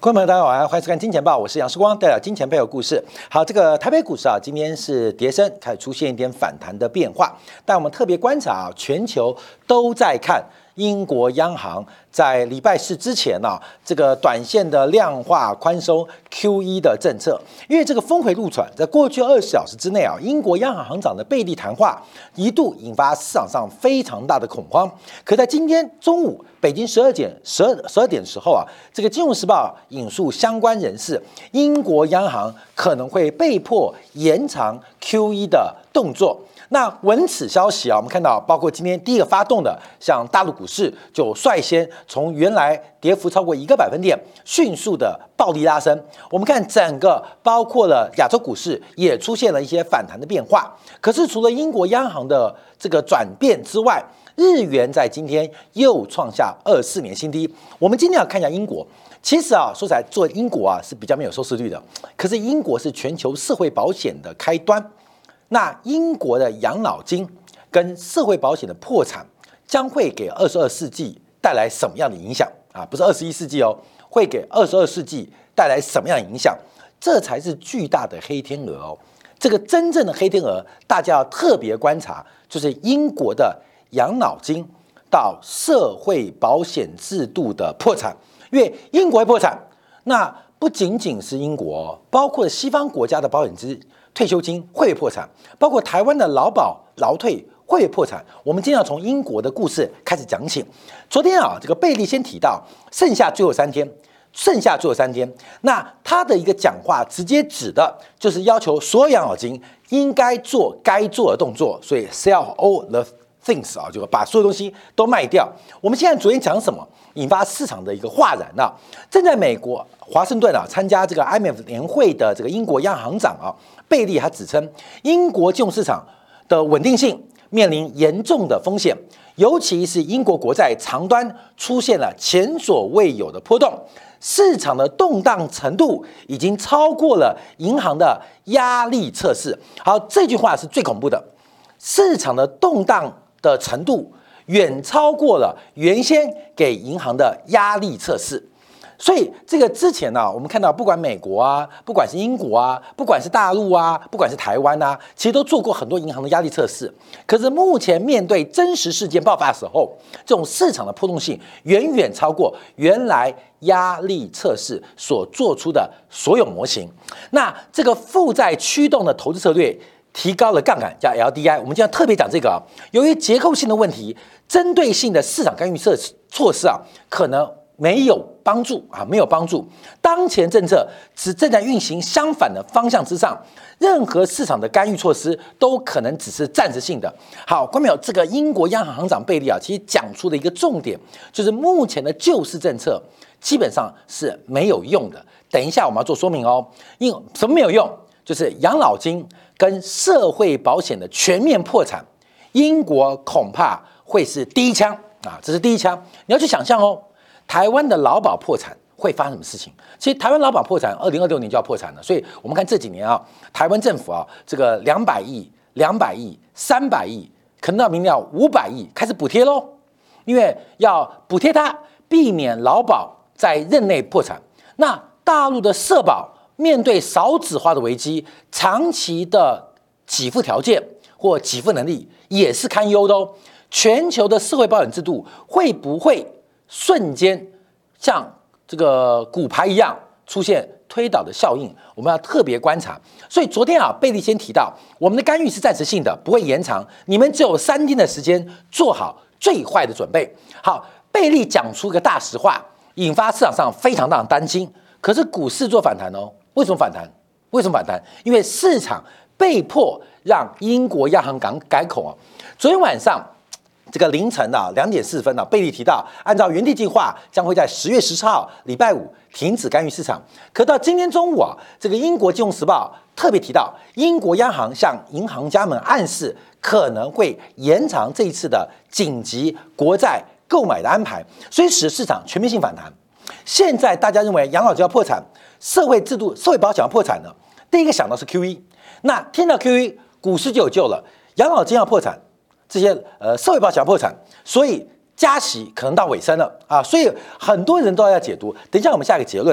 观众朋友，大家好，欢迎收看《金钱报》，我是杨世光，带来金钱背后故事。好，这个台北股市啊，今天是跌升，开始出现一点反弹的变化。但我们特别观察啊，全球都在看英国央行在礼拜四之前啊，这个短线的量化宽松 QE 的政策，因为这个峰回路转，在过去24小时之内啊，英国央行行长的贝利谈话一度引发市场上非常大的恐慌。可在今天中午，北京12点的时候啊，这个《金融时报》引述相关人士，英国央行可能会被迫延长 QE 的动作。那闻此消息啊，我们看到，包括今天第一个发动的，像大陆股市就率先从原来跌幅超过1个百分点，迅速的暴力拉升。我们看整个包括了亚洲股市也出现了一些反弹的变化。可是除了英国央行的这个转变之外，日元在今天又创下24年新低。我们今天要看一下英国。其实啊，说起来做英国啊是比较没有收视率的，可是英国是全球社会保险的开端。那英国的养老金跟社会保险的破产，将会给22世纪带来什么样的影响啊？不是21世纪哦，会给22世纪带来什么样的影响？这才是巨大的黑天鹅哦。这个真正的黑天鹅，大家要特别观察，就是英国的养老金到社会保险制度的破产。因为英国会破产，那不仅仅是英国哦，包括西方国家的保险退休金会破产，包括台湾的劳保劳退会破产。我们今天要从英国的故事开始讲起。昨天啊，这个贝利先提到剩下最后三天，那他的一个讲话直接指的就是要求所有养老金应该做该做的动作，所以 sell all the things 啊，就把所有东西都卖掉。我们现在昨天讲什么，引发市场的一个哗然啊。正在美国华盛顿啊参加这个 IMF 年会的这个英国央行长啊贝利，他指称英国金融市场的稳定性面临严重的风险，尤其是英国国债长端出现了前所未有的波动，市场的动荡程度已经超过了银行的压力测试。好，这句话是最恐怖的，市场的动荡的程度远超过了原先给银行的压力测试。所以这个之前呢，我们看到不管美国啊，不管是英国啊，不管是大陆啊，不管是台湾啊，其实都做过很多银行的压力测试。可是目前面对真实事件爆发的时候，这种市场的波动性远远超过原来压力测试所做出的所有模型。那这个负债驱动的投资策略提高了杠杆，叫 LDI。我们今天特别讲这个啊，由于结构性的问题，针对性的市场干预措施啊，可能没有帮助。当前政策正在运行相反的方向之上，任何市场的干预措施都可能只是暂时性的。好，观众朋友，这个英国央行行长贝利啊，其实讲出的一个重点就是目前的救市政策基本上是没有用的。等一下我们要做说明哦，什么没有用？就是养老金跟社会保险的全面破产，英国恐怕会是第一枪啊，这是第一枪。你要去想象哦，台湾的劳保破产会发生什么事情？其实台湾劳保破产，2026年就要破产了。所以我们看这几年啊，台湾政府啊，这个200亿、300亿，可能到明年500亿开始补贴喽，因为要补贴它，避免劳保在任内破产。那大陆的社保面对少子化的危机，长期的给付条件或给付能力也是堪忧的哦。全球的社会保险制度会不会瞬间像这个骨牌一样出现推倒的效应？我们要特别观察。所以昨天啊，贝利先提到，我们的干预是暂时性的，不会延长，你们只有3天的时间做好最坏的准备。好，贝利讲出一个大实话，引发市场上非常大的担心。可是股市做反弹哦，为什么反弹？因为市场被迫让英国央行改口啊。昨天晚上这个凌晨啊2点4分啊，贝利提到，按照原定计划，将会在10月14号礼拜五停止干预市场。可到今天中午啊，这个英国金融时报特别提到，英国央行向银行家们暗示，可能会延长这一次的紧急国债购买的安排，所以使市场全面性反弹。现在大家认为养老金要破产，社会保险要破产了，第一个想到是 QE。那听到 QE， 股市就有救了。养老金要破产，这些社会保险要破产，所以加息可能到尾声了啊。所以很多人都要解读。等一下我们下一个结论啊，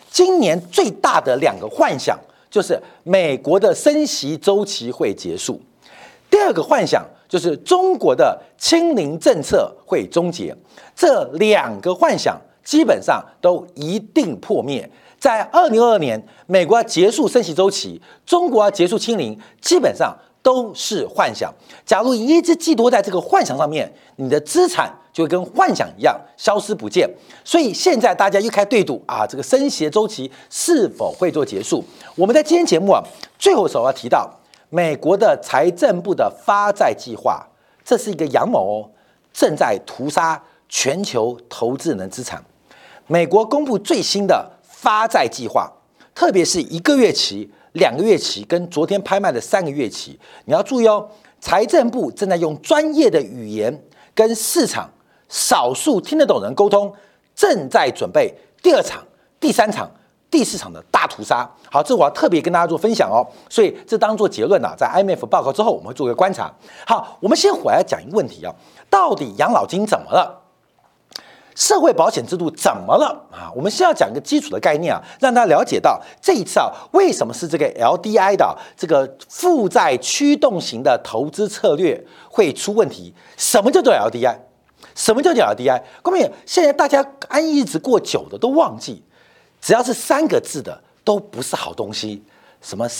今年最大的2个幻想就是美国的升息周期会结束，第2个幻想就是中国的清零政策会终结。这2个幻想基本上都一定破灭。在2022年，美国要结束升息周期，中国要结束清零，基本上都是幻想。假如你一直寄托在这个幻想上面，你的资产就会跟幻想一样消失不见。所以现在大家又开始对赌啊，这个升息的周期是否会做结束？我们在今天节目最后要提到美国的财政部的发债计划，这是一个阳谋正在屠杀全球投资人的资产。美国公布最新的发债计划，特别是1个月期、2个月期跟昨天拍卖的3个月期，你要注意财政部正在用专业的语言跟市场少数听得懂人沟通，正在准备第2场、第3场、第4场的大屠杀。好，这我要特别跟大家做分享所以这当做结论在 IMF 报告之后我们会做个观察。好，我们先回来讲一个问题到底养老金怎么了？社会保险制度怎么了我们先要讲一个基础的概念让大家了解到这一次为什么是这个 LDI 的这个负债驱动型的投资策略会出问题。什么叫做 LDI？ 什么叫做 LDI？ 各位，现在大家安逸日子过久的都忘记，只要是3个字的都不是好东西。什么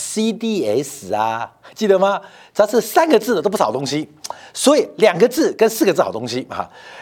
CDS 记得吗？只要是3个字的都不是好东西。所以2个字跟4个字好东西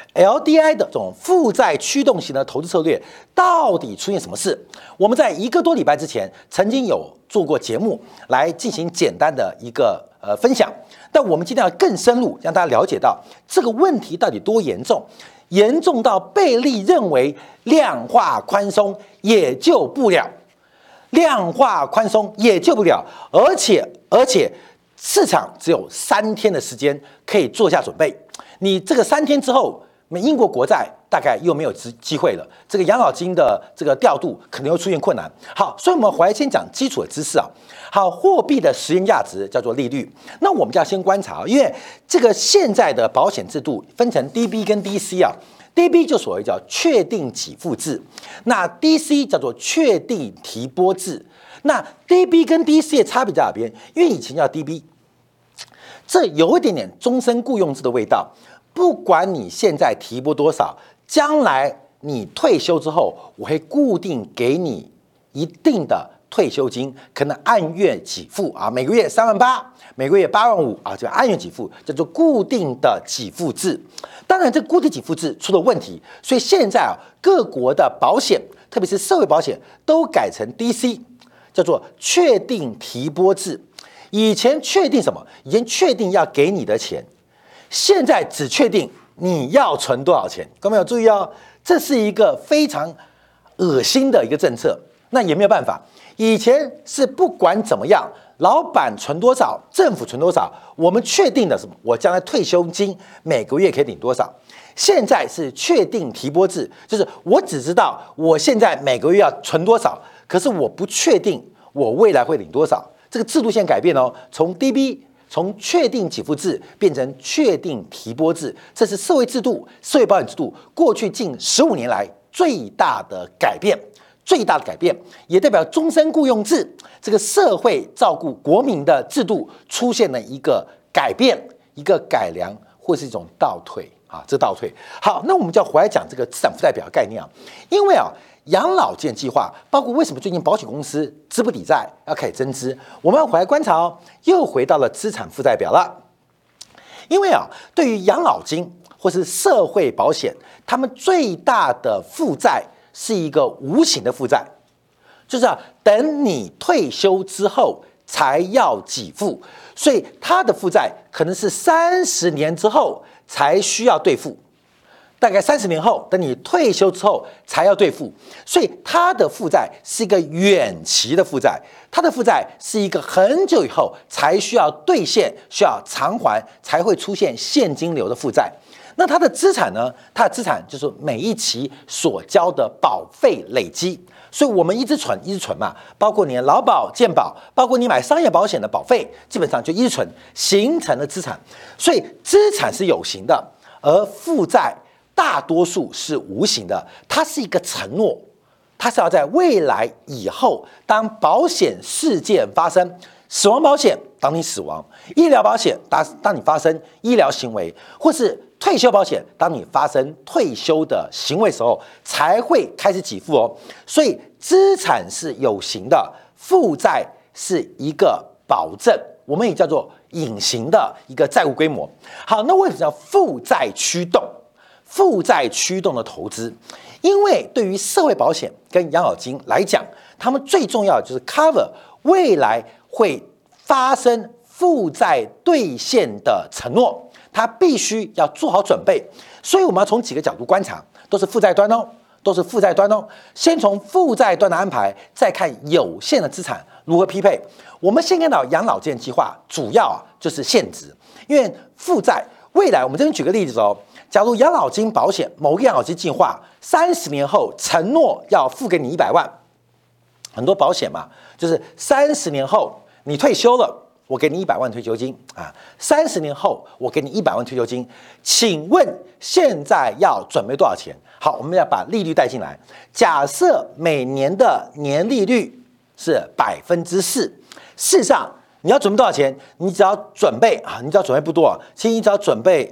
LDI 的这种负债驱动型的投资策略到底出现什么事？我们在1个多礼拜之前曾经有做过节目来进行简单的一个分享，但我们今天要更深入，让大家了解到这个问题到底多严重，严重到贝利认为量化宽松也救不了，量化宽松也救不了，而且市场只有3天的时间可以做下准备，你这个3天之后，英国国债大概又没有机会了，这个养老金的这个调度可能又出现困难。好，所以我们回来先讲基础的知识好，货币的实验价值叫做利率，那我们就要先观察因为这个现在的保险制度分成 DB 跟 DC DB 就所谓叫确定给付制，那 DC 叫做确定提拨制。那 DB 跟 DC 的差别在哪边？因为以前叫 DB， 这有一点点终身雇佣制的味道。不管你现在提拨多少，将来你退休之后，我会固定给你一定的退休金，可能按月给付每个月38000，每个月85000这个按月给付叫做固定的给付制。当然，这固定给付制出了问题，所以现在各国的保险，特别是社会保险，都改成 DC， 叫做确定提拨制。以前确定什么？以前确定要给你的钱。现在只确定你要存多少钱，各位有注意这是一个非常恶心的一个政策。那也没有办法，以前是不管怎么样，老板存多少，政府存多少，我们确定的什么？我将来退休金每个月可以领多少。现在是确定提拨制，就是我只知道我现在每个月要存多少，可是我不确定我未来会领多少。这个制度现在改变从 DB。从确定给付制变成确定提拨制，这是社会制度、社会保险制度过去近15年来最大的改变，也代表终身雇佣制这个社会照顾国民的制度出现了一个改变、一个改良，或是一种倒退这倒退。好，那我们就要回来讲这个资产负债表的概念因为养老金计划，包括为什么最近保险公司资不抵债要开始增资，我们要回来观察又回到了资产负债表了。因为对于养老金或是社会保险，他们最大的负债是一个无形的负债，就是等你退休之后才要给付，所以他的负债可能是30年之后才需要兑付。大概30年后，等你退休之后才要兑付，所以它的负债是一个远期的负债，它的负债是一个很久以后才需要兑现、需要偿还，才会出现现金流的负债。那它的资产呢？它的资产就是每一期所交的保费累积，所以我们一直存嘛，包括你的劳保、健保，包括你买商业保险的保费，基本上就一直存，形成了资产。所以资产是有形的，而负债大多数是无形的，它是一个承诺， 它是要在未来以后，当保险事件发生，死亡保险当你死亡，医疗保险当你发生医疗行为，或是退休保险当你发生退休的行为时候，才会开始给付哦。所以资产是有形的，负债是一个保证，我们也叫做隐形的一个债务规模。好，那为什么叫负债驱动？负债驱动的投资，因为对于社会保险跟养老金来讲，他们最重要的就是 cover 未来会发生负债兑现的承诺，它必须要做好准备。所以我们要从几个角度观察，都是负债端哦，都是负债端哦。先从负债端的安排，再看有限的资产如何匹配。我们先看到养老金计划，主要就是现值，因为负债未来我们这边举个例子哦。假如养老金保险某个养老金计划30年后承诺要付给你100万，很多保险嘛，就是30年后你退休了，我给你100万退休金啊，30年后我给你100万退休金，请问现在要准备多少钱？好，我们要把利率带进来，假设每年的年利率是4%，事实上你要准备多少钱？你只要准备啊，你只要准备不多啊，其实你只要准备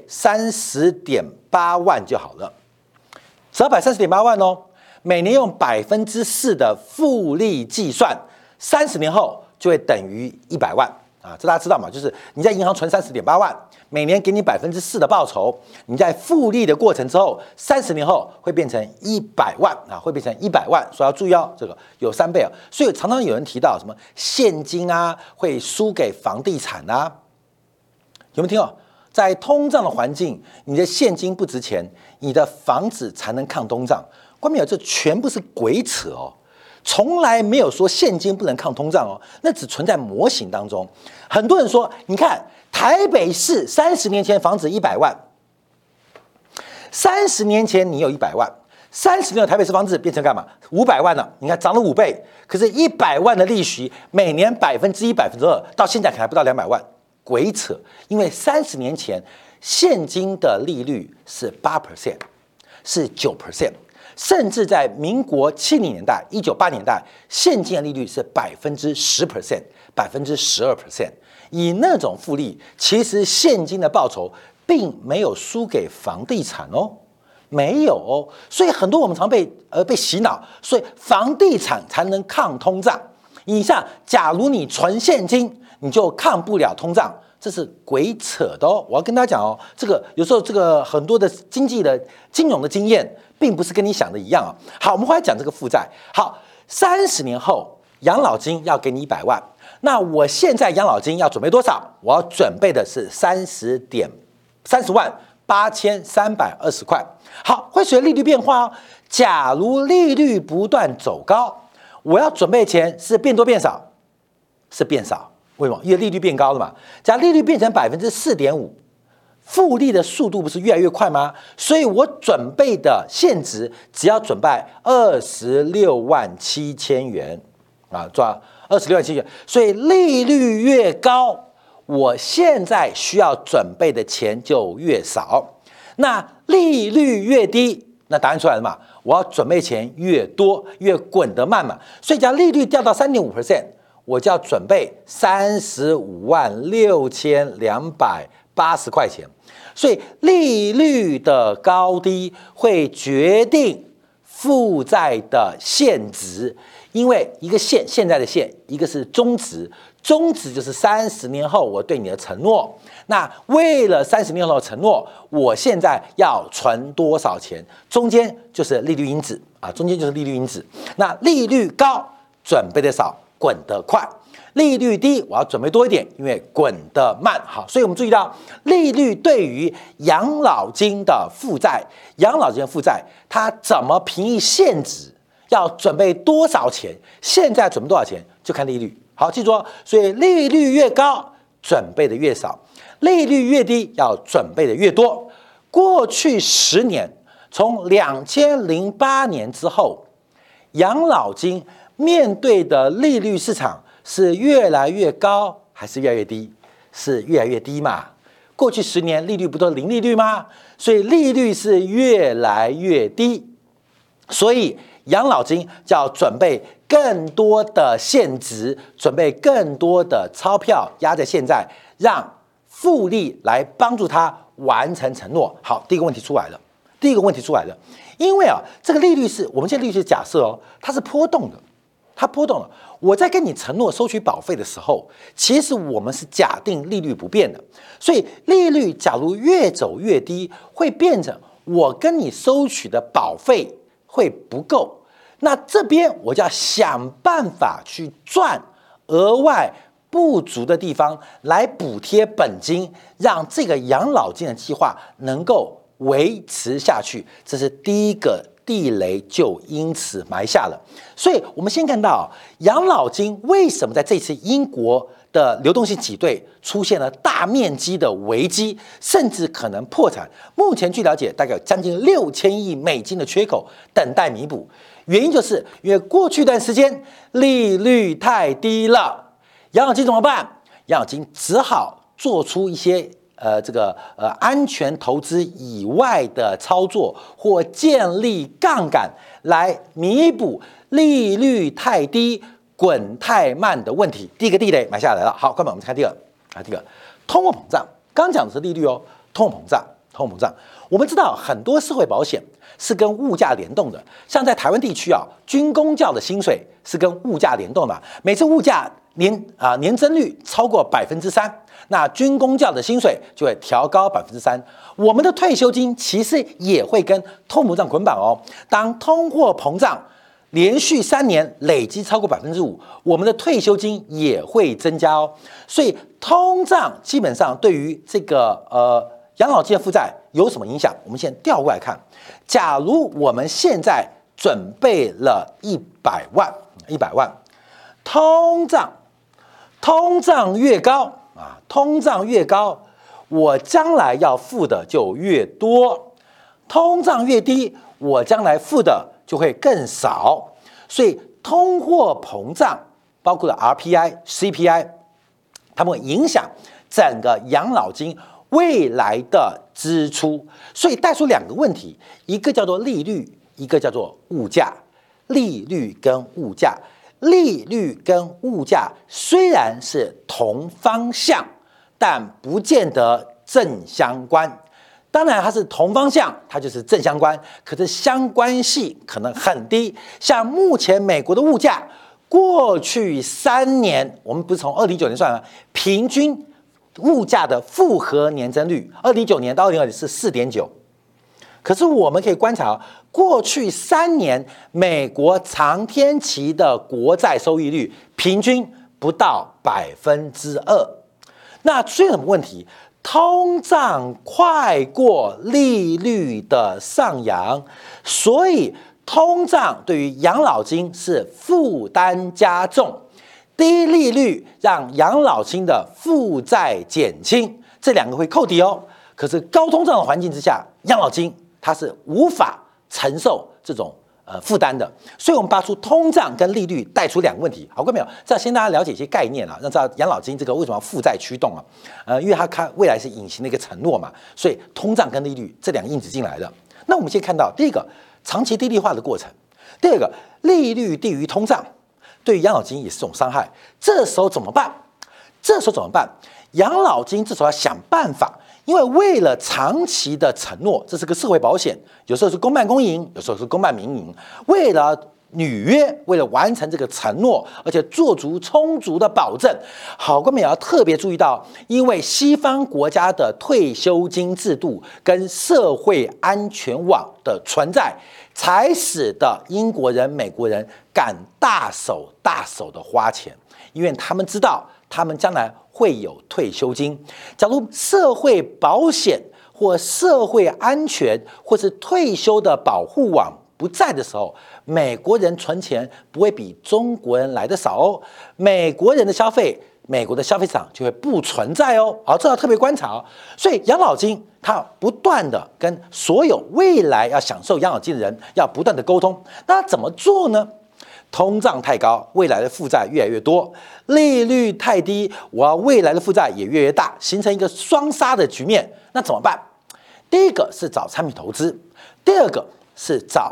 30.8万就好了，只要摆30.8万哦。每年用4%的复利计算，30年后就会等于100万啊，这大家知道嘛？就是你在银行存30.8万，每年给你4%的报酬，你在复利的过程之后，30年后会变成100万啊，会变成100万，所以要注意哦，这个有3倍啊。所以常常有人提到什么现金啊会输给房地产啊，有没有听到？在通胀的环境，你的现金不值钱，你的房子才能抗通胀。观众朋友，这全部是鬼扯哦！从来没有说现金不能抗通胀哦，那只存在模型当中。很多人说，你看台北市30年前房子100万，30年前你有100万，30年的台北市房子变成干嘛？500万了，你看涨了5倍。可是100万的利息，每年1%、2%，到现在可能还不到200万，鬼扯！因为30年前现金的利率是8%，是9%。甚至在民国70年代、1980年代，现金的利率是10%、12%。以那种复利，其实现金的报酬并没有输给房地产哦，没有哦。所以很多我们常被洗脑，所以房地产才能抗通胀。以下，假如你存现金，你就抗不了通胀。这是鬼扯的哦！我要跟大家讲哦，这个有时候这个很多的金融的经验，并不是跟你想的一样啊。好，我们回来讲这个负债。好，30年后养老金要给你100万，那我现在养老金要准备多少？我要准备的是30.308320块。好，会随着利率变化哦。假如利率不断走高，我要准备的钱是变多变少？是变少。为什么？因为利率变高了嘛。假如利率变成4.5%，复利的速度不是越来越快吗？所以我准备的现值只要准备26.7万元啊，抓26.7万元。所以利率越高，我现在需要准备的钱就越少。那利率越低，那答案出来了嘛？我要准备钱越多，越滚得慢嘛。所以假如利率掉到3.5%。我就要准备35.6280块钱，所以利率的高低会决定负债的现值，因为一个现在的现，一个是中值，中值就是30年后我对你的承诺。那为了30年后的承诺，我现在要存多少钱？中间就是利率因子啊，中间就是利率因子。那利率高，准备的少。滚得快，利率低，我要准备多一点，因为滚得慢。好，所以我们注意到利率对于养老金的负债，它怎么平抑现值，要准备多少钱，现在准备多少钱，就看利率。好，记住哦，所以利率越高，准备的越少；利率越低，要准备的越多。过去10年，从2008年之后，养老金面对的利率市场是越来越高还是越来越低？是越来越低嘛？过去10年利率不都是零利率吗？所以利率是越来越低，所以养老金就要准备更多的现值，准备更多的钞票压在现在，让复利来帮助他完成承诺。好，第一个问题出来了。因为这个利率是我们现在利率是假设它是波动的，它波动了。我在跟你承诺收取保费的时候，其实我们是假定利率不变的，所以利率假如越走越低，会变成我跟你收取的保费会不够，那这边我就要想办法去赚额外不足的地方来补贴本金，让这个养老金的计划能够维持下去，这是第一个地雷就因此埋下了。所以我们先看到养老金为什么在这次英国的流动性挤兑出现了大面积的危机，甚至可能破产。目前据了解，大概有将近6000亿美金的缺口等待弥补。原因就是因为过去一段时间利率太低了，养老金怎么办？养老金只好做出一些安全投资以外的操作，或建立杠杆来弥补利率太低、滚太慢的问题。第一个地雷埋下来了。好，各位，我们看第二个通货膨胀。刚讲的是利率通货膨胀。我们知道很多社会保险是跟物价联动的，像在台湾地区军公教的薪水是跟物价联动的，每次物价年增率超过3%，那军公教的薪水就会调高3%。我们的退休金其实也会跟通货膨胀捆绑当通货膨胀连续3年累积超过5%，我们的退休金也会增加所以通胀基本上对于这个养老金的负债有什么影响？我们先调过来看。假如我们现在准备了100万，通胀越高我将来要付的就越多；通胀越低，我将来付的就会更少。所以通货膨胀包括了 RPI、CPI， 它们会影响整个养老金未来的支出，所以带出2个问题，一个叫做利率，一个叫做物价。利率跟物价虽然是同方向，但不见得正相关。当然它是同方向，它就是正相关，可是相关性可能很低。像目前美国的物价，过去3年，我们不是从2019年算吗？平均物价的复合年增率，2019年到2020年是4.9%。可是我们可以观察，过去3年美国长天期的国债收益率平均不到2%。那出现什么问题？通胀快过利率的上扬，所以通胀对于养老金是负担加重。低利率让养老金的负债减轻，这2个会扣抵可是高通胀的环境之下，养老金它是无法承受这种负担的，所以我们把出通胀跟利率带出2个问题。好，各位朋友，这样先大家了解一些概念让知道养老金这个为什么要负债驱动因为它未来是隐形的一个承诺嘛，所以通胀跟利率这2个因子进来了。那我们先看到第一个长期低利化的过程，第二个利率低于通胀，对于养老金也是种伤害。这时候怎么办？养老金至少要想办法，因为为了长期的承诺，这是个社会保险，有时候是公办公营，有时候是公办民营。为了履约，为了完成这个承诺，而且做出充足的保证，好，我们也要特别注意到，因为西方国家的退休金制度跟社会安全网的存在，才使得英国人、美国人敢大手的花钱，因为他们知道他们将来会有退休金。假如社会保险或社会安全或是退休的保护网不在的时候，美国人存钱不会比中国人来得少美国人的消费，美国的消费市场就会不存在好，这要特别观察所以养老金它不断的跟所有未来要享受养老金的人要不断的沟通。那怎么做呢？通胀太高，未来的负债越来越多；利率太低，我要未来的负债也越来越大，形成一个双杀的局面。那怎么办？第一个是找产品投资，第二个是找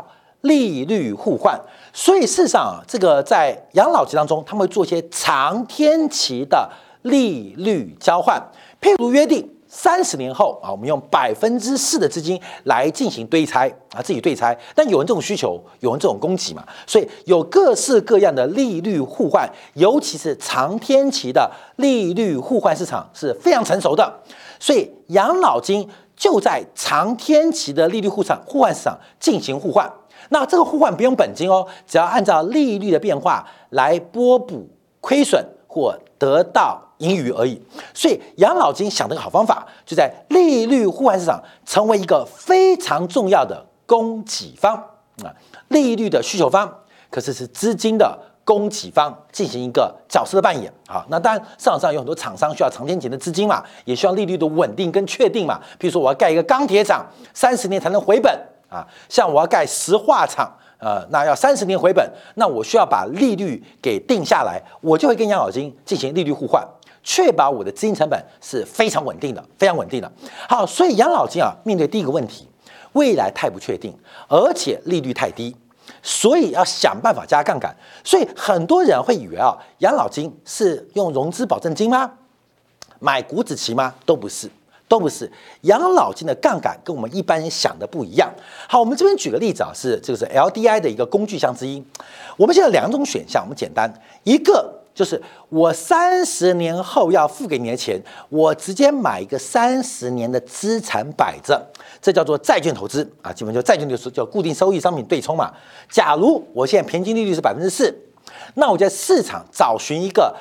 利率互换。所以事实上这个在养老金当中，他们会做一些长天期的利率交换，譬如约定30年后我们用4%的资金来进行对拆自己对拆。但有人这种需求，有人这种供给嘛，所以有各式各样的利率互换，尤其是长天期的利率互换市场是非常成熟的。所以养老金就在长天期的利率互换市场进行互换。那这个互换不用本金哦，只要按照利率的变化来拨补亏损或得到盈余而已。所以养老金想了个好方法，就在利率互换市场成为一个非常重要的供给方利率的需求方，可是是资金的供给方进行一个角色的扮演那当然市场上有很多厂商需要长天期的资金嘛，也需要利率的稳定跟确定嘛。比如说我要盖一个钢铁厂，30年才能回本像我要盖石化厂那要30年回本，那我需要把利率给定下来，我就会跟养老金进行利率互换，确保我的资金成本是非常稳定的，非常稳定的。好，所以养老金面对第一个问题，未来太不确定，而且利率太低，所以要想办法加杠杆。所以很多人会以为养老金是用融资保证金吗？买股指期吗？都不是。养老金的杠杆跟我们一般人想的不一样。好，我们这边举个例子这个是 LDI 的一个工具箱之一。我们现在有2种选项，我们简单，一个就是我30年后要付给你的钱，我直接买一个30年的资产摆着，这叫做债券投资基本就债券就是叫固定收益商品对冲嘛。假如我现在平均利率是4%，那我在市场找寻一个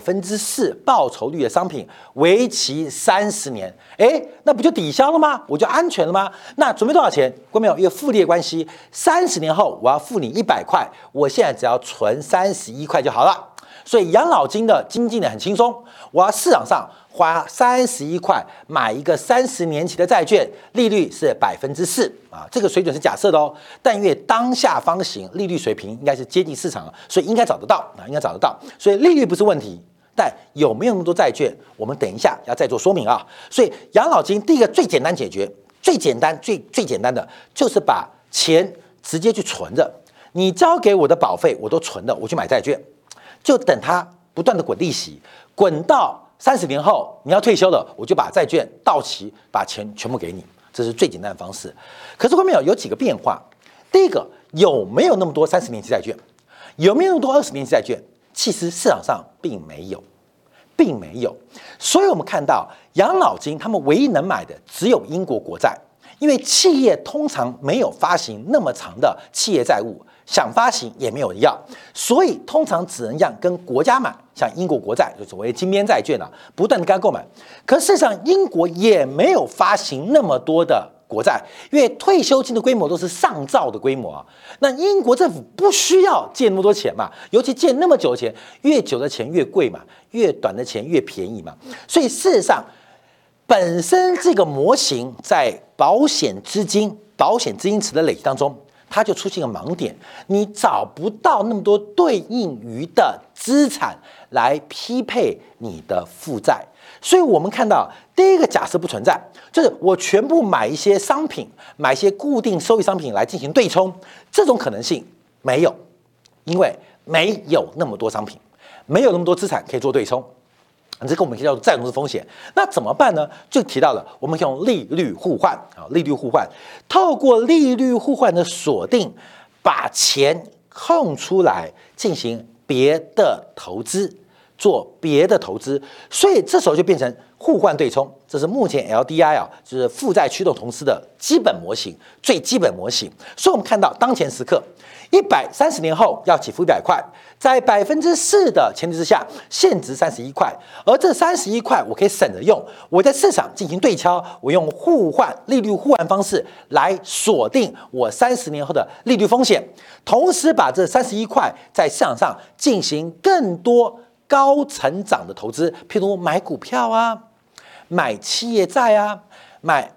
4%报酬率的商品，为期30年，那不就抵消了吗？我就安全了吗？那准备多少钱？各位没有一个复利的关系，30年后我要付你100块，我现在只要存31块就好了。所以养老金的经济呢很轻松，我要市场上花31块买一个30年期的债券，利率是4%这个水准是假设的哦。但因为当下方形利率水平应该是接近市场，所以应该找得到所以利率不是问题，但有没有那么多债券，我们等一下要再做说明所以养老金第一个最简单解决，最简单的就是把钱直接去存着，你交给我的保费我都存着，我去买债券。就等它不断的滚利息，滚到30年后你要退休了，我就把债券到期，把钱全部给你，这是最简单的方式。可是后面有几个变化，第一个，有没有那么多30年期债券？有没有那么多20年期债券？其实市场上并没有。所以我们看到养老金他们唯一能买的只有英国国债，因为企业通常没有发行那么长的企业债务，想发行也没有人要，所以通常只能让跟国家买，像英国国债就所谓金边债券不断的跟他购买。可事实上，英国也没有发行那么多的国债，因为退休金的规模都是上兆的规模那英国政府不需要借那么多钱嘛，尤其借那么久的钱，越久的钱越贵嘛，越短的钱越便宜嘛。所以事实上，本身这个模型在保险资金池的累积当中，它就出现了盲点，你找不到那么多对应于的资产来匹配你的负债。所以我们看到第一个假设不存在，就是我全部买一些商品，买一些固定收益商品来进行对冲，这种可能性没有，因为没有那么多商品，没有那么多资产可以做对冲。这个我们可以叫做再融资风险。那怎么办呢？就提到了我们可以用利率互换透过利率互换的锁定，把钱空出来进行别的投资，做别的投资，所以这时候就变成互换对冲。这是目前 LDI 就是负债驱动投资的基本模型，最基本模型。所以我们看到当前时刻，130年后要起付100块，在4%的前提之下，现值31块，而这31块我可以省着用，我在市场进行对敲，我用利率互换方式来锁定我30年后的利率风险，同时把这31块在市场上进行更多高成长的投资，譬如买股票买企业债买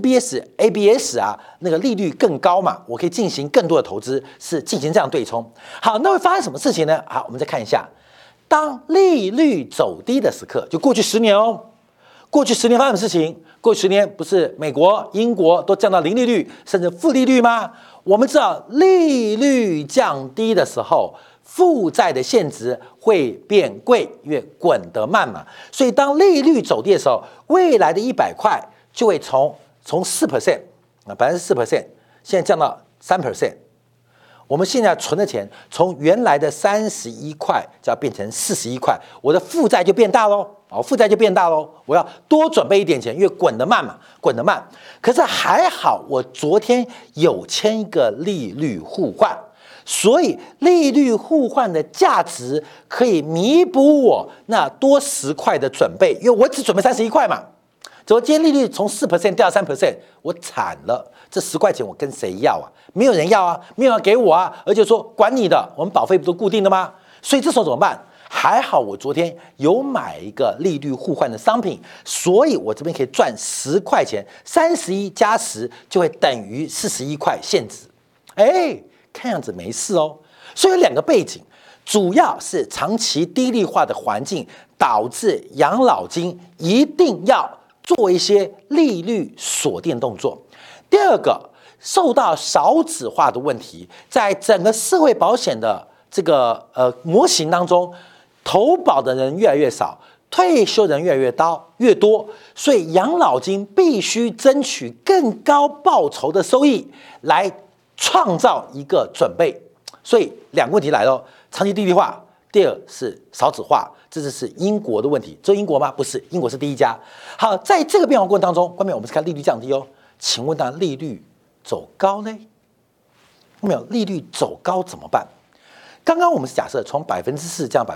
MBS、ABS 那个利率更高嘛，我可以进行更多的投资，是进行这样对冲。好，那会发生什么事情呢？好，我们再看一下，当利率走低的时刻，就过去10年过去10年发生的事情，过去10年不是美国、英国都降到零利率甚至负利率吗？我们知道利率降低的时候，负债的现值会变贵，因为滚得慢嘛。所以当利率走低的时候，未来的100块就会从4%啊4%，现在降到3%。我们现在存的钱从原来的31块就要变成41块，我的负债就变大喽。负债就变大喽，我要多准备一点钱，因为滚得慢嘛，滚得慢。可是还好，我昨天有签一个利率互换，所以利率互换的价值可以弥补我那多10块的准备，因为我只准备31块嘛。结果今天利率从4%掉到3%，我惨了。这10块钱我跟谁要啊？没有人要啊，没有人给我啊，而且说管你的，我们保费不都固定的吗？所以这时候怎么办？还好我昨天有买一个利率互换的商品，所以我这边可以赚10块钱，31加10就会等于41块现值。看样子没事哦。所以有2个背景，主要是长期低利化的环境导致养老金一定要做一些利率锁定动作。第2个，受到少子化的问题，在整个社会保险的这个模型当中，投保的人越来越少，退休人越来越多，所以养老金必须争取更高报酬的收益来创造一个准备。所以2个问题来了，长期低利化，第2是少子化，这是英国的问题。只有英国吗？不是，英国是第1家。好，在这个变化过程当中，关键我们是看利率降低哦。请问利率走高呢？没有，利率走高怎么办？刚刚我们是假设从4%降到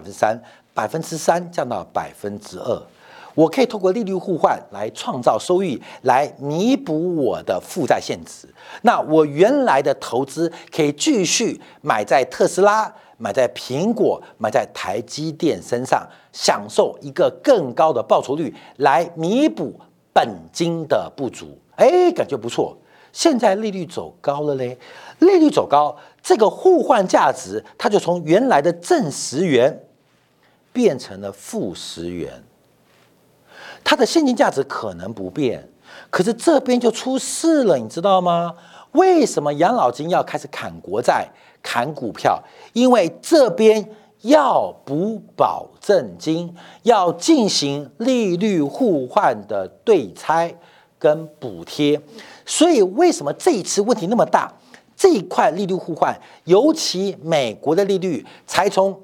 3%，3%降到2%，我可以透过利率互换来创造收益，来弥补我的负债现值。那我原来的投资可以继续买在特斯拉、买在苹果、买在台积电身上，享受一个更高的报酬率，来弥补本金的不足。感觉不错。现在利率走高了嘞，利率走高，这个互换价值它就从原来的正10元变成了负10元，它的现金价值可能不变，可是这边就出事了，你知道吗？为什么养老金要开始砍国债、砍股票？因为这边要补保证金，要进行利率互换的对拆跟补贴。所以为什么这一次问题那么大？这一块利率互换，尤其美国的利率才从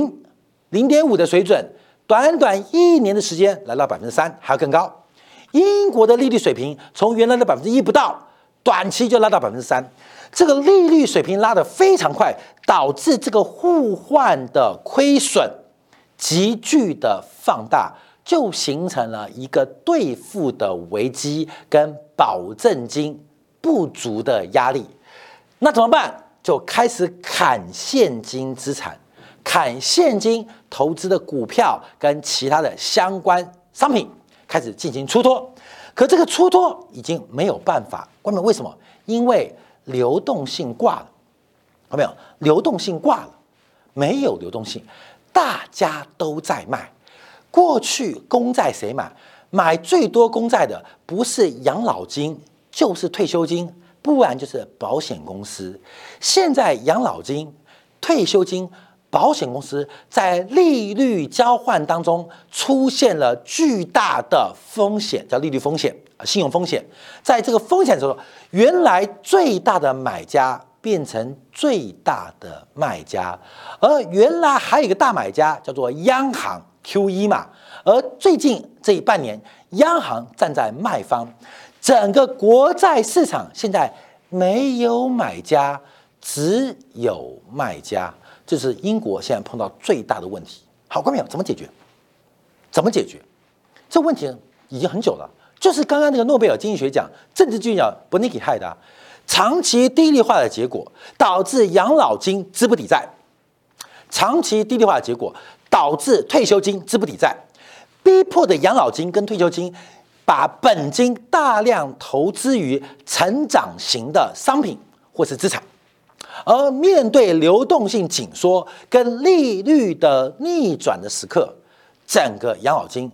0.5的水准，短短1年的时间来到3%，还要更高。英国的利率水平从原来的1%不到，短期就拉到3%。这个利率水平拉得非常快，导致这个互换的亏损急剧的放大，就形成了一个兑付的危机跟保证金不足的压力。那怎么办？就开始砍现金资产，砍现金投资的股票跟其他的相关商品，开始进行出脱。可这个出脱已经没有办法，关键为什么？因为流动性挂了，有没有？流动性挂了，没有流动性，大家都在卖。过去公债谁买？买最多公债的不是养老金，就是退休金，不然就是保险公司。现在养老金、退休金、保险公司在利率交换当中出现了巨大的风险，叫利率风险、信用风险。在这个风险的时候，原来最大的买家变成最大的卖家，而原来还有一个大买家叫做央行 QE 嘛。而最近这半年，央行站在卖方，整个国债市场现在没有买家，只有卖家。这是英国现在碰到最大的问题。好，观众朋友，怎么解决？怎么解决？这问题已经很久了，就是刚刚那个诺贝尔经济学奖、政治经济奖伯尼基害的啊。长期低利化的结果导致养老金资不抵债，长期低利化的结果导致退休金资不抵债，逼迫的养老金跟退休金把本金大量投资于成长型的商品或是资产。而面对流动性紧缩跟利率的逆转的时刻，整个养老金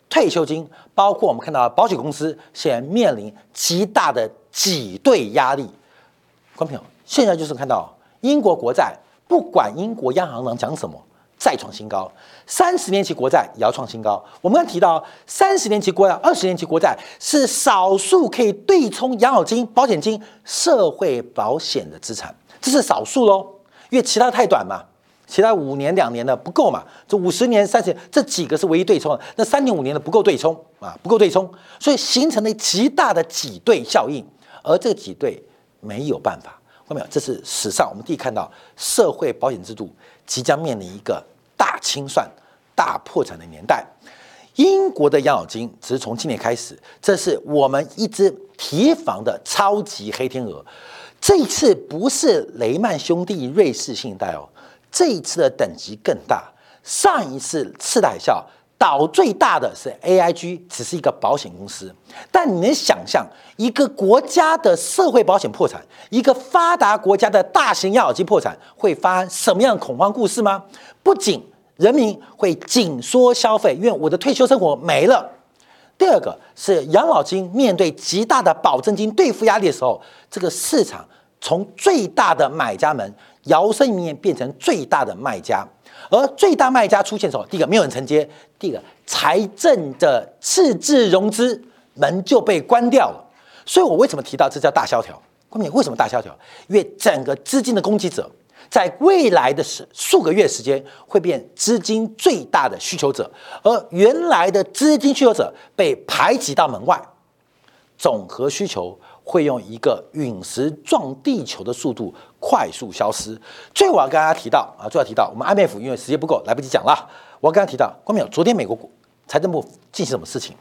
退休金，包括我们看到保险公司现在面临极大的挤兑压力。观众朋友，现在就是看到英国国债，不管英国央行能讲什么，再创新高，30年期国债也要创新高。我们刚才提到，30年期国债、20年期国债是少数可以对冲养老金、保险金、社会保险的资产，这是少数喽，因为其他太短嘛。其他5年、2年的不够嘛，这50年、30年这几个是唯一对冲的，那3年、5年的不够对冲啊，不够对冲，所以形成了极大的挤兑效应，而这个挤兑没有办法，看到没有？这是史上我们第一看到社会保险制度即将面临一个大清算、大破产的年代。英国的养老金只是从今年开始，这是我们一直提防的超级黑天鹅。这一次不是雷曼兄弟、瑞士信贷哦。这一次的等级更大，上一次次贷海啸倒最大的是 AIG， 只是一个保险公司。但你能想象一个国家的社会保险破产，一个发达国家的大型养老金破产，会发生什么样的恐慌故事吗？不仅人民会紧缩消费，因为我的退休生活没了。第二个是养老金面对极大的保证金兑付压力的时候，这个市场从最大的买家们摇身一变变成最大的卖家，而最大卖家出现的时候，第一个没有人承接，第一个财政的赤字融资门就被关掉了。所以我为什么提到这叫大萧条？为什么大萧条？因为整个资金的供给者在未来的数个月时间会变资金最大的需求者，而原来的资金需求者被排挤到门外，总和需求会用一个陨石撞地球的速度快速消失。最后我要跟大家提到最后提到我们 IMF 因为时间不够来不及讲了，我要跟大家提到，观众朋友，昨天美国财政部进行什么事情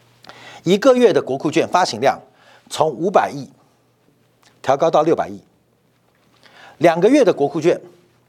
？1个月的国库券发行量从500亿调高到600亿，2个月的国库券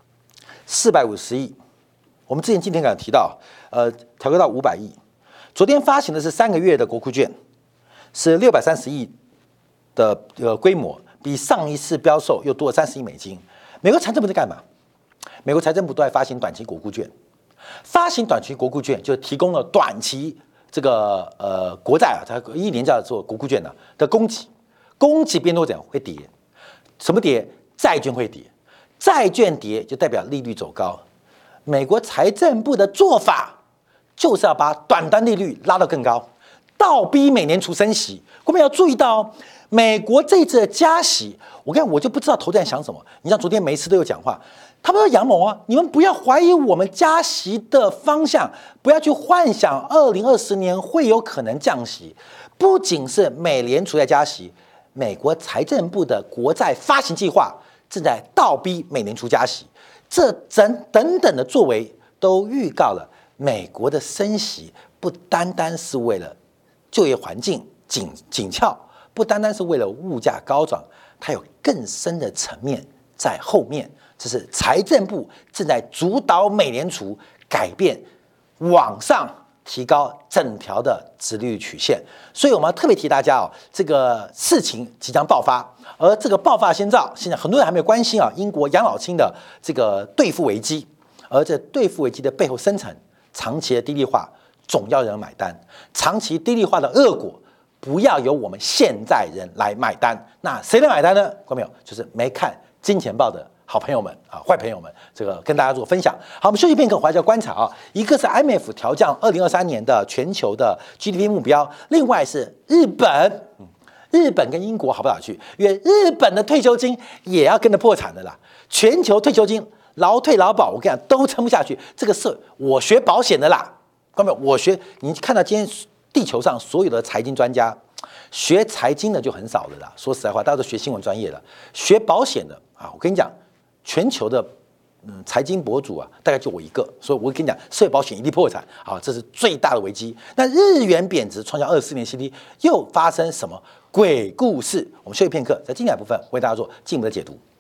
450亿，我们之前今天刚提到，调高到500亿。昨天发行的是3个月的国库券，是630亿的规模，比上一次标售又多了30亿美金。美国财政部在干嘛？美国财政部都在发行短期国库券，发行短期国库券就提供了短期这个国债它1年叫做国库券的供给，供给变多怎样会跌？什么跌？债券会跌，债券跌就代表利率走高。美国财政部的做法就是要把短端利率拉到更高，倒逼美联储升息。我们要注意到，美国这次的加息，我就不知道投资人想什么。你像昨天梅斯都有讲话，他们说杨某你们不要怀疑我们加息的方向，不要去幻想2020年会有可能降息。不仅是美联储在加息，美国财政部的国债发行计划正在倒逼美联储加息，这等等的作为都预告了美国的升息不单单是为了就业环境紧俏，不单单是为了物价高涨，它有更深的层面在后面。这是财政部正在主导美联储改变往上提高整条的殖利率曲线，所以我们要特别提大家这个事情即将爆发，而这个爆发先兆，现在很多人还没有关心英国养老金的这个兑付危机，而这兑付危机的背后深层，长期的低利化总要有人买单，长期低利化的恶果不要由我们现在人来买单，那谁来买单呢？看到没有？就是没看金钱豹的好朋友们坏朋友们，这个跟大家做分享。好，我们休息片刻，回来要观察一个是 IMF 调降2023年的全球的 GDP 目标，另外是日本，日本跟英国好不好去？因为日本的退休金也要跟着破产的啦，全球退休金劳退劳保，我跟你讲都撑不下去。这个是我学保险的啦，看到没有？你看到今天地球上所有的财经专家，学财经的就很少的啦。说实在话，大家都学新闻专业的，学保险的我跟你讲。全球的财经博主大概就我一个，所以我跟你讲，社会保险一定破产这是最大的危机。那日元贬值创下24年新低，又发生什么鬼故事？我们休息片刻，在精彩部分为大家做进一步的解读。